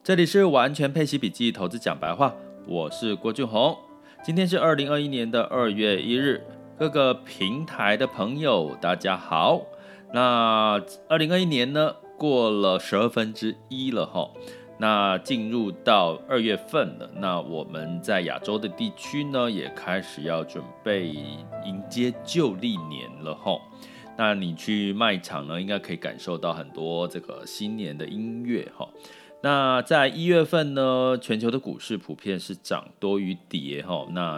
这里是完全配息笔记投资讲白话，我是郭俊宏。今天是2021年的2月1日，各个平台的朋友大家好。那2021年呢过了1/12了齁，那进入到2月份了，那我们在亚洲的地区呢也开始要准备迎接旧历年了齁。那你去卖场呢应该可以感受到很多这个新年的音乐齁。那在1月份呢，全球的股市普遍是涨多于跌齁。那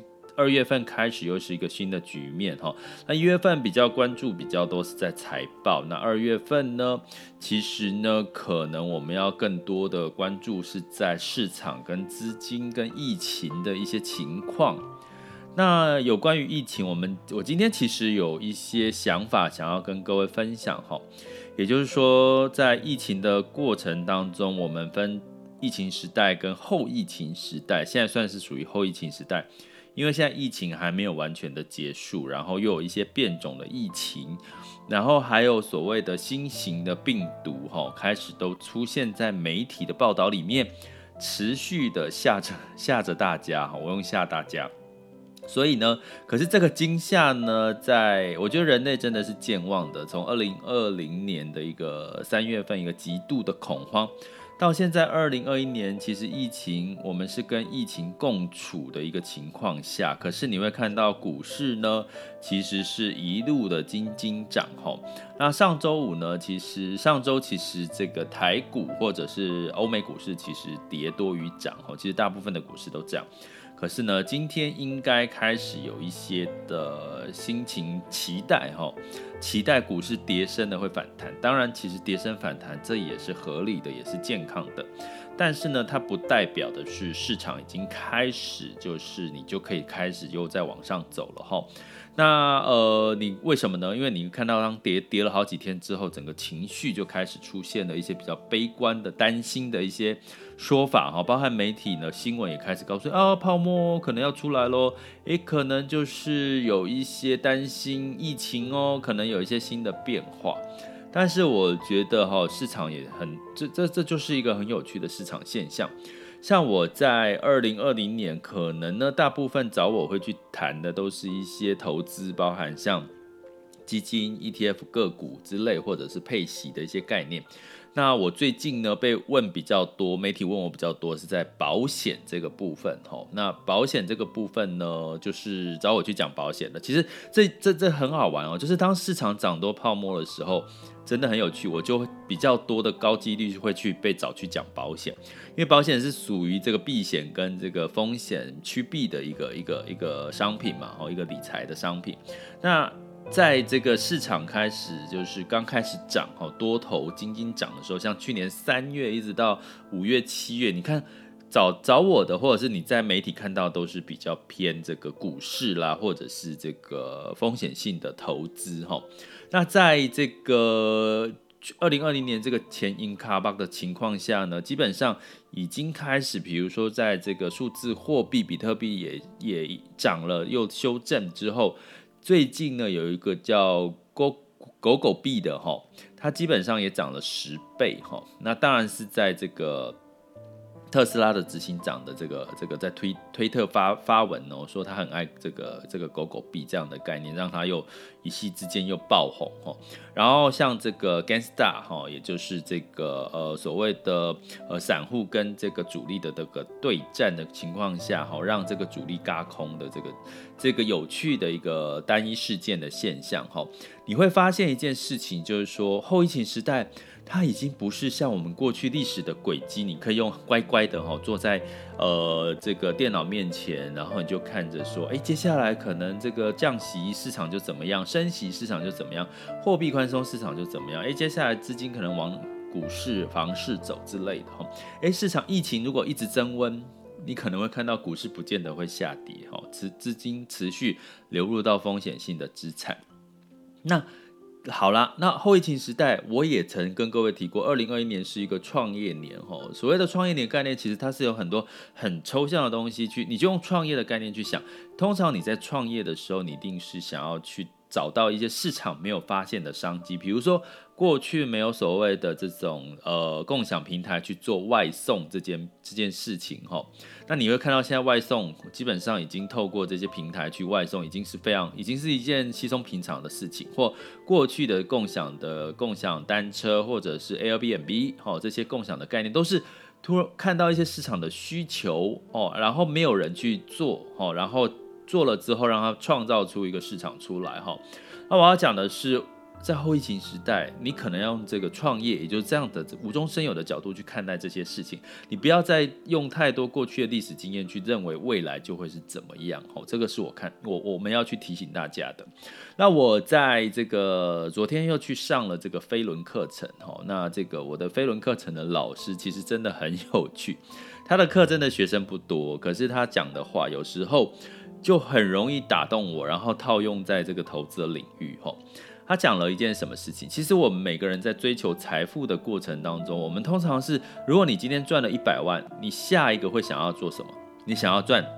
2月份开始又是一个新的局面齁。那1月份比较关注比较多是在财报，那2月份呢，其实呢可能我们要更多的关注是在市场跟资金跟疫情的一些情况。那有关于疫情，我今天其实有一些想法想要跟各位分享齁。也就是说，在疫情的过程当中，我们分疫情时代跟后疫情时代，现在算是属于后疫情时代，因为现在疫情还没有完全的结束，然后又有一些变种的疫情，然后还有所谓的新型的病毒开始都出现在媒体的报道里面，持续的吓着大家，我用吓大家。所以呢，可是这个惊吓呢，我觉得人类真的是健忘的。从2020年的一个3月份一个极度的恐慌，到现在2021年，其实我们是跟疫情共处的一个情况下，可是你会看到股市呢，其实是一路的金涨齁。那上周五呢，上周其实这个台股或者是欧美股市其实跌多于涨齁，其实大部分的股市都这样。可是呢，今天应该开始有一些的心情期待股市跌升的会反弹。当然，其实跌升反弹这也是合理的，也是健康的。但是呢，它不代表的是市场已经开始，就是你就可以开始又再往上走了齁。那你为什么呢？因为你看到当跌了好几天之后，整个情绪就开始出现了一些比较悲观的、担心的一些说法哈，包含媒体呢新闻也开始告诉泡沫可能要出来咯，可能就是有一些担心疫情可能有一些新的变化。但是我觉得市场也这就是一个很有趣的市场现象。像我在2020年，可能呢大部分找我会去谈的都是一些投资，包含像基金、ETF、个股之类，或者是配息的一些概念。那我最近呢被问比较多，媒体问我比较多是在保险这个部分那保险这个部分呢，就是找我去讲保险的。其实这很好玩就是当市场涨多泡沫的时候，真的很有趣，我就比较多的高几率会被找去讲保险，因为保险是属于这个避险跟这个风险趋避的一个商品嘛，一个理财的商品。那在这个市场开始就是刚开始涨多头金涨的时候，像去年3月一直到5月7月，你看找我的或者是你在媒体看到都是比较偏这个股市啦，或者是这个风险性的投资那在这个2020年这个前因卡巴的情况下呢，基本上已经开始，比如说在这个数字货币比特币也涨了又修正之后，最近呢有一个叫狗币的它基本上也涨了10倍那当然是在这个特斯拉的执行长的这个在推特发文说他很爱这个狗币这样的概念，让他又一夕之间又爆红然后像这个 GameStar 也就是这个所谓的散户跟这个主力的这个对战的情况下让这个主力軋空的这个有趣的一个单一事件的现象你会发现一件事情，就是说后疫情时代它已经不是像我们过去历史的轨迹，你可以用乖乖的坐在这个电脑面前，然后你就看着说接下来可能这个降息市场就怎么样，升息市场就怎么样，货币宽松市场就怎么样接下来资金可能往股市房市走之类的市场疫情如果一直增温，你可能会看到股市不见得会下跌资金持续流入到风险性的资产。那好啦，那后疫情时代我也曾跟各位提过，2021年是一个创业年所谓的创业年概念，其实它是有很多很抽象的东西你就用创业的概念去想。通常你在创业的时候，你一定是想要去找到一些市场没有发现的商机，比如说过去没有所谓的这种共享平台去做外送这件事情哈，那你会看到现在外送基本上已经透过这些平台去外送，已经是一件稀松平常的事情。或过去的共享单车或者是 Airbnb 这些共享的概念，都是突然看到一些市场的需求然后没有人去做然后做了之后让它创造出一个市场出来那我要讲的是，在后疫情时代，你可能要用这个创业，也就是这样的无中生有的角度去看待这些事情。你不要再用太多过去的历史经验去认为未来就会是怎么样。这个是我们要去提醒大家的。那我在这个昨天又去上了这个飞轮课程。那这个我的飞轮课程的老师其实真的很有趣，他的课真的学生不多，可是他讲的话有时候就很容易打动我，然后套用在这个投资的领域。他讲了一件什么事情？其实我们每个人在追求财富的过程当中，我们通常是，如果你今天赚了100万，你下一个会想要做什么？你想要赚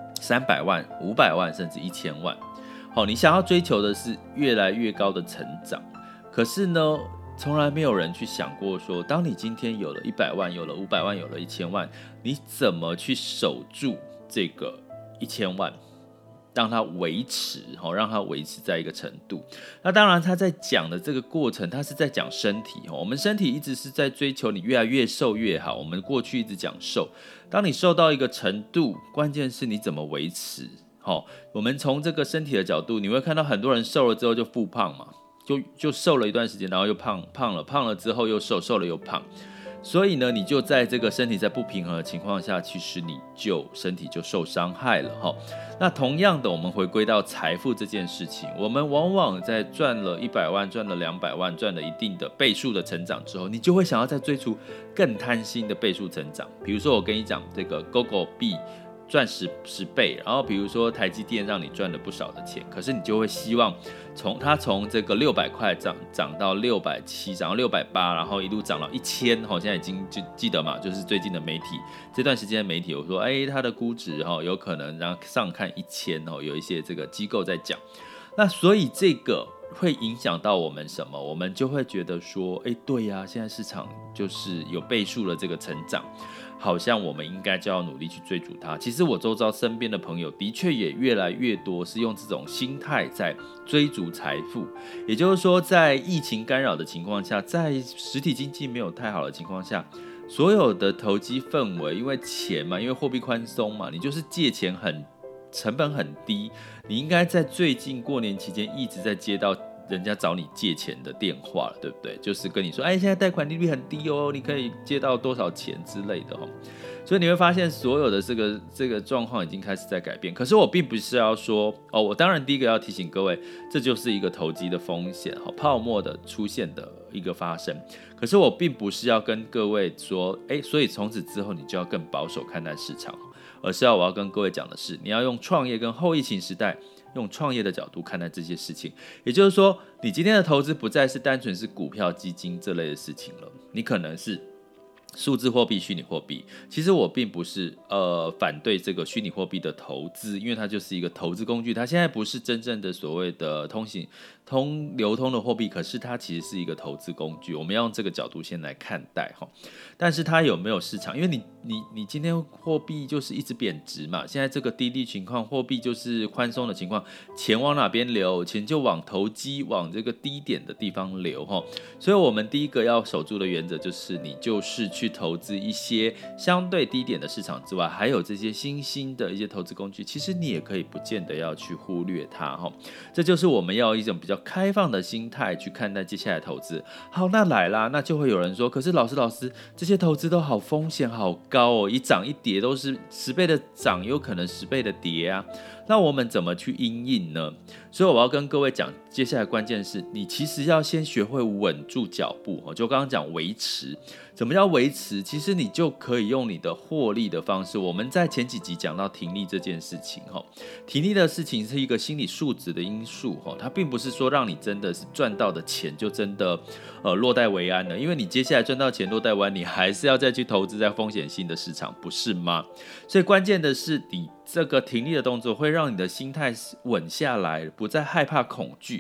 300万、500万，甚至1000万。你想要追求的是越来越高的成长。可是呢，从来没有人去想过说，当你今天有了100万、有了500万、有了1000万，你怎么去守住这个1000万？让它维持在一个程度。那当然他在讲的这个过程，他是在讲身体。我们身体一直是在追求你越来越瘦越好，我们过去一直讲瘦，当你瘦到一个程度，关键是你怎么维持。我们从这个身体的角度，你会看到很多人瘦了之后就复胖嘛，就瘦了一段时间，然后又胖了之后又瘦，瘦了又胖。所以呢，你就在这个身体在不平衡的情况下，其实你身体就受伤害了那同样的，我们回归到财富这件事情，我们往往在赚了100万、赚了200万、赚了一定的倍数的成长之后，你就会想要再追逐更贪心的倍数成长。比如说我跟你讲这个 GoGo 币赚10倍，然后比如说台积电让你赚了不少的钱，可是你就会希望它从这个600块涨到670，涨到680，然后一路涨到1000，现在已经就记得嘛，就是最近的媒体这段时间的媒体有说，它的估值有可能让上看1000有一些这个机构在讲。那所以这个会影响到我们什么？我们就会觉得说，对呀，现在市场就是有倍数的这个成长，好像我们应该就要努力去追逐它。其实我周遭身边的朋友的确也越来越多是用这种心态在追逐财富。也就是说，在疫情干扰的情况下，在实体经济没有太好的情况下，所有的投机氛围，因为钱嘛，因为货币宽松嘛，你就是借钱成本很低，你应该在最近过年期间一直在接到人家找你借钱的电话了，对不对？就是跟你说，现在贷款利率很低哦，你可以借到多少钱之类的所以你会发现，所有的这个状况已经开始在改变。可是我并不是要说我当然第一个要提醒各位，这就是一个投机的风险泡沫的出现的一个发生。可是我并不是要跟各位说，所以从此之后你就要更保守看待市场，而是我要跟各位讲的是，你要用创业跟后疫情时代，用创业的角度看待这些事情。也就是说，你今天的投资不再是单纯是股票、基金这类的事情了，你可能是数字货币、虚拟货币。其实我并不是反对这个虚拟货币的投资，因为它就是一个投资工具，它现在不是真正的所谓的流通的货币，可是它其实是一个投资工具，我们要用这个角度先来看待但是它有没有市场？因为你今天货币就是一直贬值嘛，现在这个低利情况，货币就是宽松的情况，钱往哪边流？钱就往投机、往这个低点的地方流所以我们第一个要守住的原则就是，你就是去投资一些相对低点的市场之外，还有这些新兴的一些投资工具，其实你也可以不见得要去忽略它这就是我们要一种比较开放的心态去看待接下来的投资。好，那来啦，那就会有人说，可是老师，这些投资都好风险好高一涨一跌都是10倍的涨，有可能10倍的跌啊。那我们怎么去因应呢？所以我要跟各位讲，接下来关键是你其实要先学会稳住脚步就刚刚讲维持。怎么叫维持？其实你就可以用你的获利的方式。我们在前几集讲到停利这件事情停利的事情是一个心理素质的因素它并不是说让你真的是赚到的钱就真的落袋为安了，因为你接下来赚到钱落袋为安，你还是要再去投资在风险性的市场，不是吗？所以关键的是你这个停利的动作会让你的心态稳下来，不再害怕恐惧。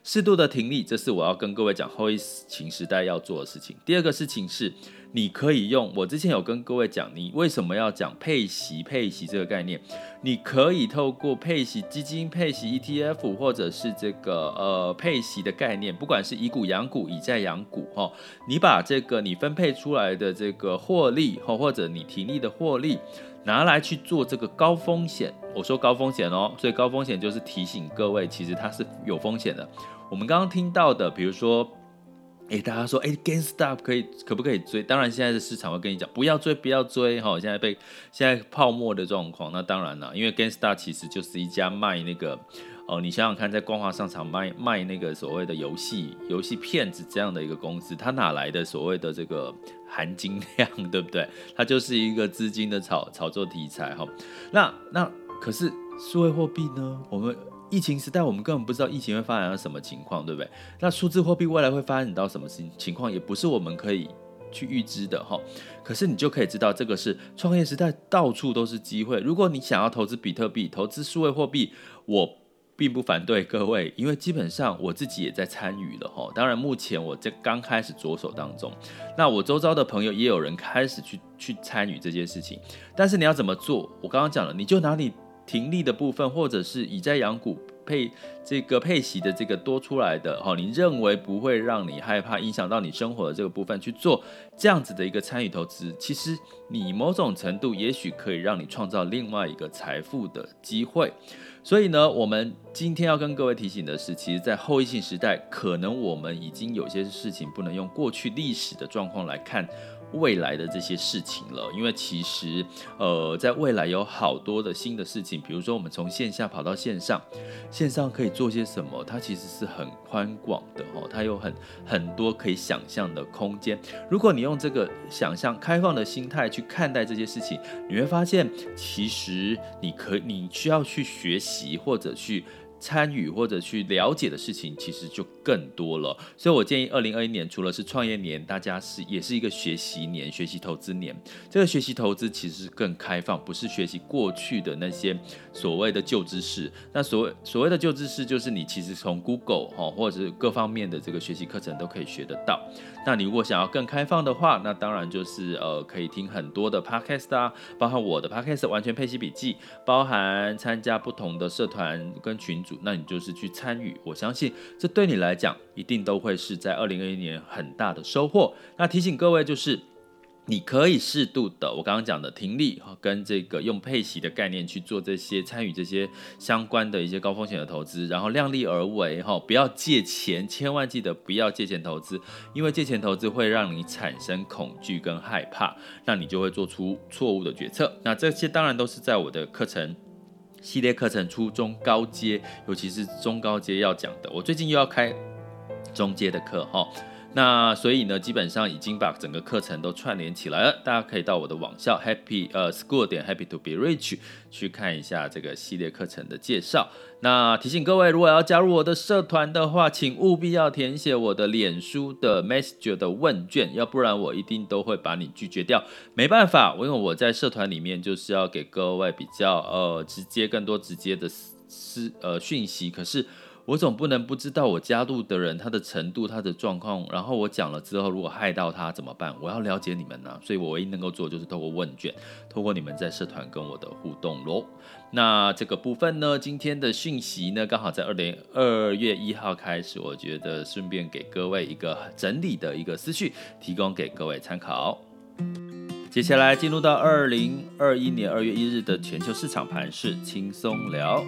适度的停利，这是我要跟各位讲后疫情时代要做的事情。第二个事情是，你可以用我之前有跟各位讲，你为什么要讲配息这个概念？你可以透过配息基金、配息 ETF， 或者是这个配息的概念，不管是以股养股、以债养股，你把这个你分配出来的这个获利，或者你停利的获利，拿来去做这个高风险。我说高风险哦，所以高风险就是提醒各位，其实它是有风险的。我们刚刚听到的，比如说，大家说，GameStop 可不可以追？当然，现在的市场会跟你讲，不要追，不要追。现在泡沫的状况，那当然了，因为 GameStop 其实就是一家卖那个，你想想看，在光华商场卖那个所谓的游戏片子这样的一个公司，它哪来的所谓的这个含金量，对不对？它就是一个资金的炒作题材哈。那可是数位货币呢？我们疫情时代，我们根本不知道疫情会发展到什么情况，对不对？那数字货币未来会发展到什么情况，也不是我们可以去预知的哈。可是你就可以知道，这个是创业时代，到处都是机会。如果你想要投资比特币、投资数位货币，我并不反对各位，因为基本上我自己也在参与了哈。当然，目前我在刚开始着手当中，那我周遭的朋友也有人开始去参与这件事情。但是你要怎么做？我刚刚讲了，你就拿你停利的部分，或者是以债养股配息的这个多出来的，你认为不会让你害怕影响到你生活的这个部分去做这样子的一个参与投资，其实你某种程度也许可以让你创造另外一个财富的机会。所以呢，我们今天要跟各位提醒的是，其实在后疫情时代，可能我们已经有些事情不能用过去历史的状况来看未来的这些事情了，因为其实在未来有好多的新的事情，比如说我们从线下跑到线上，线上可以做些什么，它其实是很宽广的，它有很多可以想象的空间。如果你用这个想象开放的心态去看待这些事情，你会发现其实你需要去学习或者去参与或者去了解的事情其实就更多了。所以我建议2021年除了是创业年，大家也是一个学习年，学习投资年。这个学习投资其实更开放，不是学习过去的那些所谓的旧知识。那所谓的旧知识，就是你其实从 Google 或者是各方面的这个学习课程都可以学得到。那你如果想要更开放的话，那当然就是可以听很多的 podcast 啊，包含我的 podcast 完全配息笔记，包含参加不同的社团跟群组，那你就是去参与，我相信这对你来讲一定都会是在2021年很大的收获。那提醒各位就是你可以适度的，我刚刚讲的停利跟这个用配息的概念去做这些参与这些相关的一些高风险的投资，然后量力而为，不要借钱，千万记得不要借钱投资，因为借钱投资会让你产生恐惧跟害怕，那你就会做出错误的决策。那这些当然都是在我的课程系列课程初中高阶，尤其是中高阶要讲的，我最近又要开中阶的课那所以呢，基本上已经把整个课程都串联起来了，大家可以到我的网校 school.happy to be rich 去看一下这个系列课程的介绍。那提醒各位，如果要加入我的社团的话，请务必要填写我的脸书的 Messenger 的问卷，要不然我一定都会把你拒绝掉。没办法，因为我在社团里面就是要给各位比较更多直接的讯息，可是我总不能不知道我加入的人他的程度他的状况，然后我讲了之后如果害到他怎么办，我要了解你们啊，所以我唯一能够做的就是透过问卷，透过你们在社团跟我的互动咯。那这个部分呢，今天的讯息呢刚好在2月1号开始，我觉得顺便给各位一个整理的一个思绪，提供给各位参考。接下来进入到2021年2月1日的全球市场盘势轻松聊。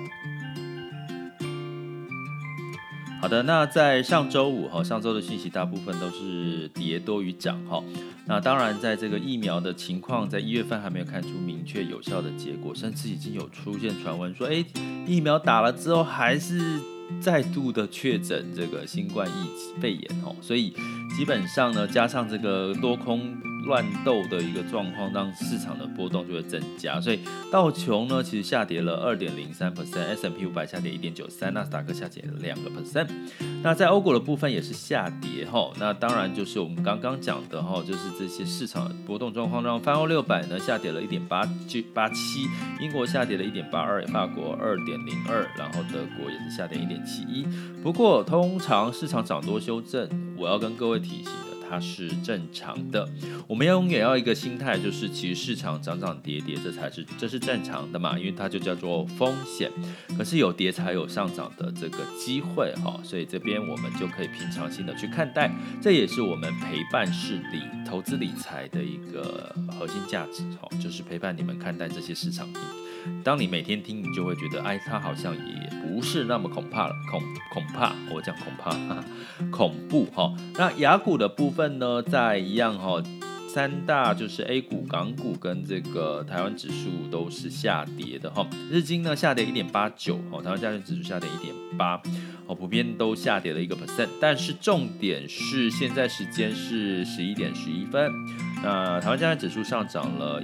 好的，那在上周五上周的讯息大部分都是跌多于涨那当然在这个疫苗的情况在1月份还没有看出明确有效的结果，甚至已经有出现传闻说疫苗打了之后还是再度的确诊这个新冠肺炎所以基本上呢，加上这个乱斗的一个状况，让市场的波动就会增加。所以道琼呢，其实下跌了 2.03%，S&P 500下跌 1.93%， 纳斯达克下跌了 2%。那在欧股的部分也是下跌齁，那当然就是我们刚刚讲的齁，就是这些市场的波动状况让泛欧600呢下跌了 1.87%， 英国下跌了 1.82%， 法国 2.02%， 然后德国也是下跌 1.71%。不过通常市场涨多修正，我要跟各位提醒的，它是正常的。我们永远要一个心态，就是其实市场涨涨跌跌，这是正常的嘛，因为它就叫做风险。可是有跌才有上涨的这个机会哈，所以这边我们就可以平常心的去看待，这也是我们陪伴式投资理财的一个核心价值哈，就是陪伴你们看待这些市场。当你每天听，你就会觉得，哎，它好像也不是那么恐怕，我讲恐怖哈。那雅股的部分呢，在一样哈，三大就是 A 股、港股跟这个台湾指数都是下跌的哈。日经呢下跌 1.89%， 台湾加权指数下跌 1.8%，普遍都下跌了1%。但是重点是现在时间是11点11分。那台湾加权指数上涨了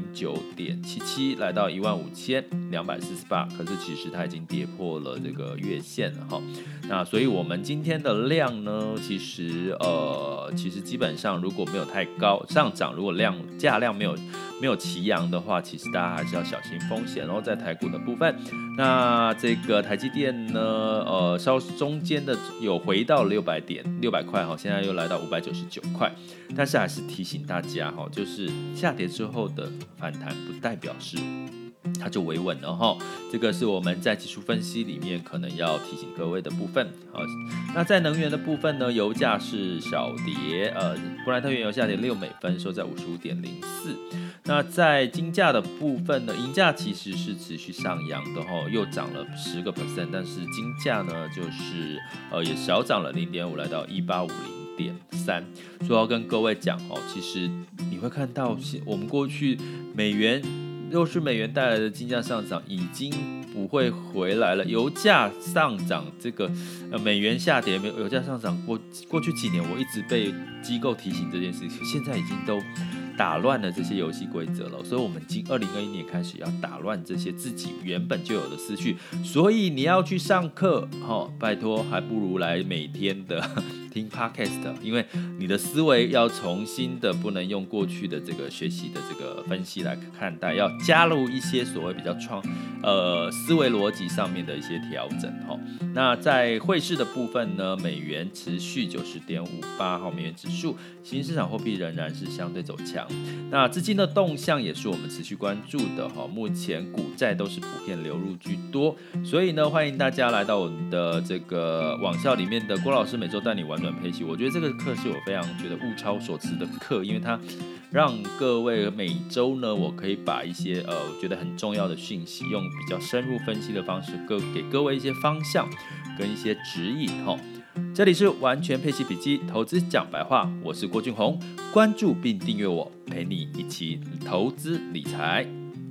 109.77， 来到15248，可是其实它已经跌破了这个月线了哈。那所以我们今天的量呢，其实基本上如果没有太高上涨，如果价量没有齐扬的话，其实大家还是要小心风险。然后在台股的部分，那这个台积电呢，稍中间的有回到了600块哈，现在又来到599块，但是还是提醒大家哈，就是下跌之后的反弹不代表是它就维稳了哈，这个是我们在技术分析里面可能要提醒各位的部分。好，那在能源的部分呢，油价是小跌，布兰特原油下跌6美分，收在55.04。那在金价的部分呢，银价其实是持续上扬的哈，又涨了10%，但是金价呢就是也小涨了0.5，来到1850.3。所以要跟各位讲哦，其实你会看到我们过去又是美元带来的金价上涨已经不会回来了，油价上涨，这个美元下跌，油价上涨过去几年我一直被机构提醒这件事情，现在已经都打乱了这些游戏规则了，所以我们2021年开始要打乱这些自己原本就有的思绪，所以你要去上课拜托还不如来每天的听 podcast， 因为你的思维要重新的，不能用过去的这个学习的这个分析来看待，要加入一些所谓比较思维逻辑上面的一些调整那在汇市的部分呢，美元持续90.58，美元指数，新兴市场货币仍然是相对走强。那资金的动向也是我们持续关注的目前股债都是普遍流入居多，所以呢，欢迎大家来到我们的这个网校里面的郭老师每周带你玩转配息。我觉得这个课是我非常觉得物超所值的课，因为它让各位每周呢，我可以把一些我觉得很重要的讯息，用比较深入分析的方式，给各位一些方向跟一些指引这里是完全配息笔记，投资讲白话，我是郭俊宏，关注并订阅我，陪你一起投资理财。